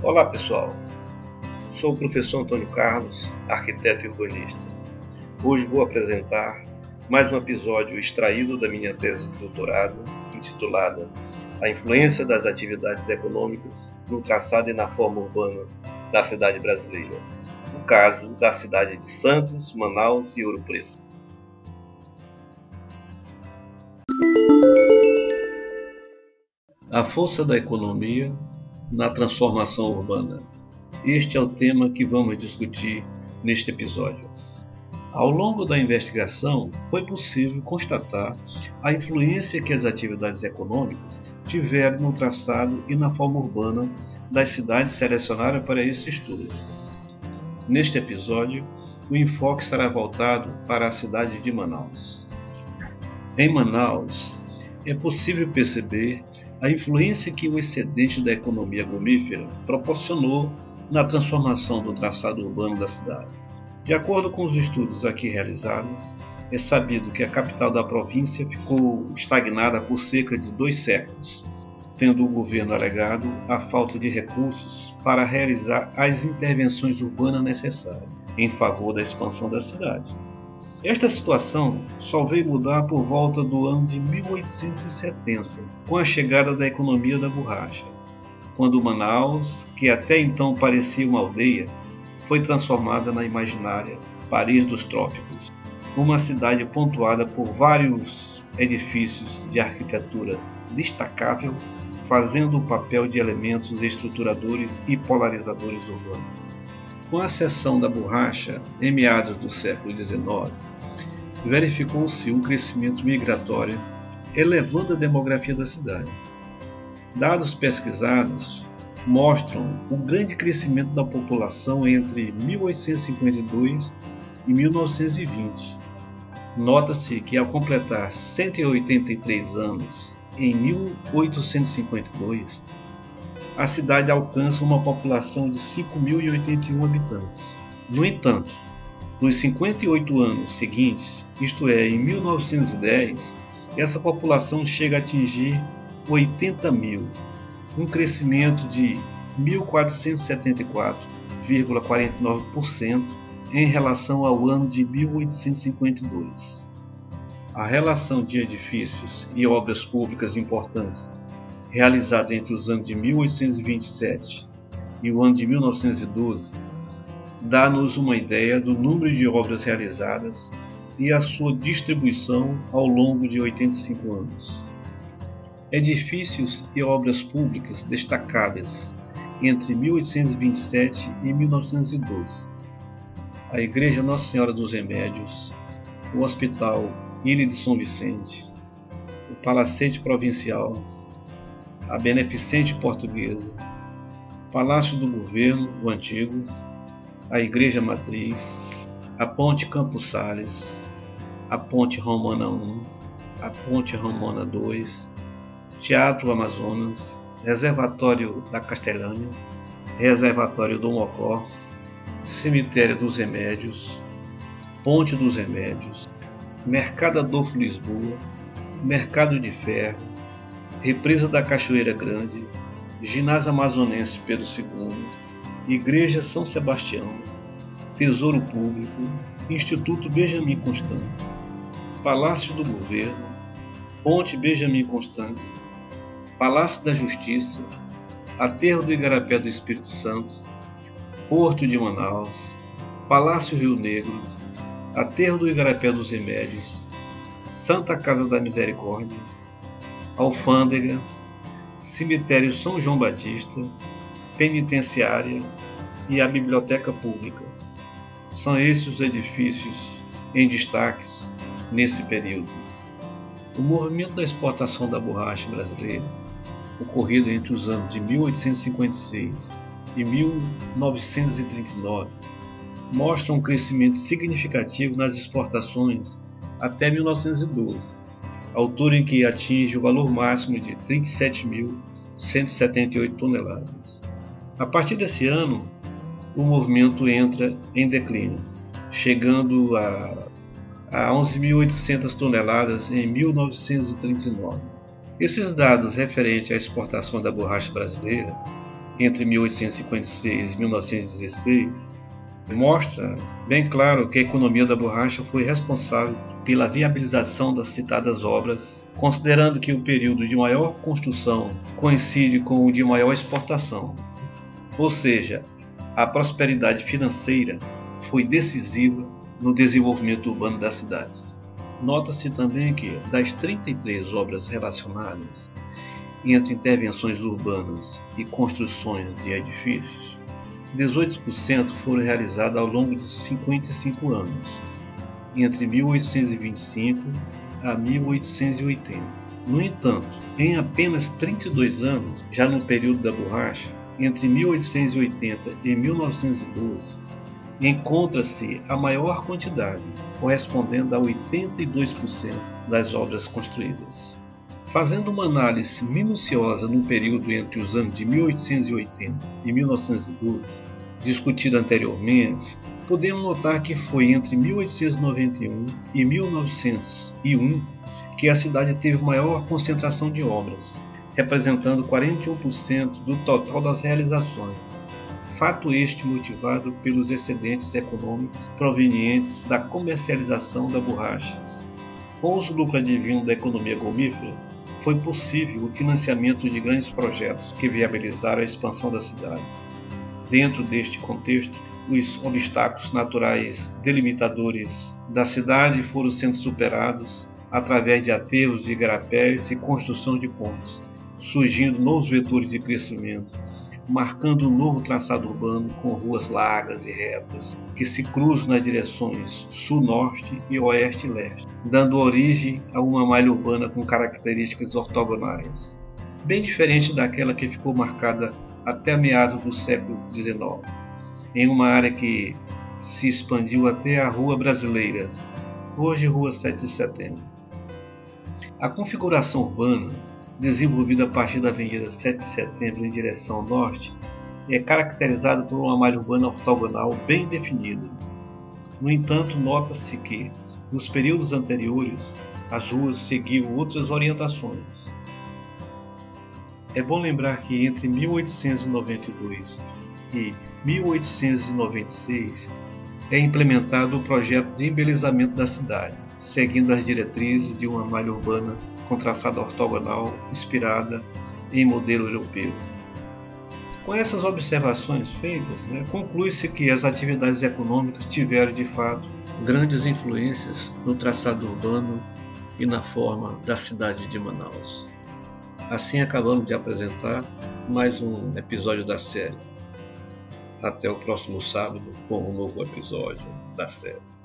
Olá pessoal, sou o professor Antônio Carlos, arquiteto e urbanista. Hoje vou apresentar mais um episódio extraído da minha tese de doutorado, intitulada A Influência das Atividades Econômicas no Traçado e na Forma Urbana da Cidade Brasileira, no caso da cidade de Santos, Manaus e Ouro Preto. A força da economia na transformação urbana. Este é o tema que vamos discutir neste episódio. Ao longo da investigação, foi possível constatar a influência que as atividades econômicas tiveram no traçado e na forma urbana das cidades selecionadas para esse estudo. Neste episódio, o enfoque será voltado para a cidade de Manaus. Em Manaus, é possível perceber a influência que o excedente da economia agromífera proporcionou na transformação do traçado urbano da cidade. De acordo com os estudos aqui realizados, é sabido que a capital da província ficou estagnada por cerca de 2 séculos, tendo o governo alegado a falta de recursos para realizar as intervenções urbanas necessárias em favor da expansão da cidade. Esta situação só veio mudar por volta do ano de 1870, com a chegada da economia da borracha, quando Manaus, que até então parecia uma aldeia, foi transformada na imaginária Paris dos Trópicos, uma cidade pontuada por vários edifícios de arquitetura destacável, fazendo o papel de elementos estruturadores e polarizadores urbanos. Com a ascensão da borracha, em meados do século XIX, verificou-se um crescimento migratório, elevando a demografia da cidade. Dados pesquisados mostram o grande crescimento da população entre 1852 e 1920. Nota-se que, ao completar 183 anos, em 1852, a cidade alcança uma população de 5.081 habitantes. No entanto, nos 58 anos seguintes, isto é, em 1910, essa população chega a atingir 80.000, um crescimento de 1.474,49% em relação ao ano de 1852. A relação de edifícios e obras públicas importantes realizada entre os anos de 1827 e o ano de 1912, dá-nos uma ideia do número de obras realizadas e a sua distribuição ao longo de 85 anos. Edifícios e obras públicas destacáveis entre 1827 e 1912. A Igreja Nossa Senhora dos Remédios, o Hospital Ilha de São Vicente, o Palacete Provincial, a Beneficente Portuguesa, Palácio do Governo, o Antigo, a Igreja Matriz, a Ponte Campos Sales, a Ponte Romana I, a Ponte Romana II, Teatro Amazonas, Reservatório da Castelânia, Reservatório do Mocó, Cemitério dos Remédios, Ponte dos Remédios, Mercado Adolfo Lisboa, Mercado de Ferro, Represa da Cachoeira Grande, Ginásio Amazonense Pedro II, Igreja São Sebastião, Tesouro Público, Instituto Benjamin Constant, Palácio do Governo, Ponte Benjamin Constant, Palácio da Justiça, Aterro do Igarapé do Espírito Santo, Porto de Manaus, Palácio Rio Negro, Aterro do Igarapé dos Remédios, Santa Casa da Misericórdia, Alfândega, Cemitério São João Batista, Penitenciária e a Biblioteca Pública. São esses os edifícios em destaques nesse período. O movimento da exportação da borracha brasileira, ocorrido entre os anos de 1856 e 1939, mostra um crescimento significativo nas exportações até 1912, altura em que atinge o valor máximo de 37.178 toneladas. A partir desse ano, o movimento entra em declínio, chegando a 11.800 toneladas em 1939. Esses dados referentes à exportação da borracha brasileira entre 1856 e 1916, mostra bem claro que a economia da borracha foi responsável pela viabilização das citadas obras, considerando que o período de maior construção coincide com o de maior exportação. Ou seja, a prosperidade financeira foi decisiva no desenvolvimento urbano da cidade. Nota-se também que, das 33 obras relacionadas entre intervenções urbanas e construções de edifícios, 18% foram realizadas ao longo de 55 anos, entre 1825 a 1880. No entanto, em apenas 32 anos, já no período da borracha, entre 1880 e 1912, encontra-se a maior quantidade, correspondendo a 82% das obras construídas. Fazendo uma análise minuciosa no período entre os anos de 1880 e 1912, discutido anteriormente, podemos notar que foi entre 1891 e 1901 que a cidade teve maior concentração de obras, representando 41% do total das realizações. Fato este motivado pelos excedentes econômicos provenientes da comercialização da borracha. Com o uso lucrativo da economia gomífera, foi possível o financiamento de grandes projetos que viabilizaram a expansão da cidade. Dentro deste contexto, os obstáculos naturais delimitadores da cidade foram sendo superados através de aterros de igarapés e construção de pontes, surgindo novos vetores de crescimento, marcando um novo traçado urbano com ruas largas e retas que se cruzam nas direções sul-norte e oeste-leste, dando origem a uma malha urbana com características ortogonais, bem diferente daquela que ficou marcada até meados do século XIX, em uma área que se expandiu até a Rua Brasileira, hoje Rua 7 de Setembro. A configuração urbana, desenvolvida a partir da Avenida 7 de Setembro em direção ao norte, é caracterizada por uma malha urbana ortogonal bem definida. No entanto, nota-se que, nos períodos anteriores, as ruas seguiam outras orientações. É bom lembrar que entre 1892 e 1896 é implementado o projeto de embelezamento da cidade, seguindo as diretrizes de uma malha urbana com traçado ortogonal inspirada em modelo europeu. Com essas observações feitas, conclui-se que as atividades econômicas tiveram, de fato, grandes influências no traçado urbano e na forma da cidade de Manaus. Assim acabamos de apresentar mais um episódio da série. Até o próximo sábado com um novo episódio da série.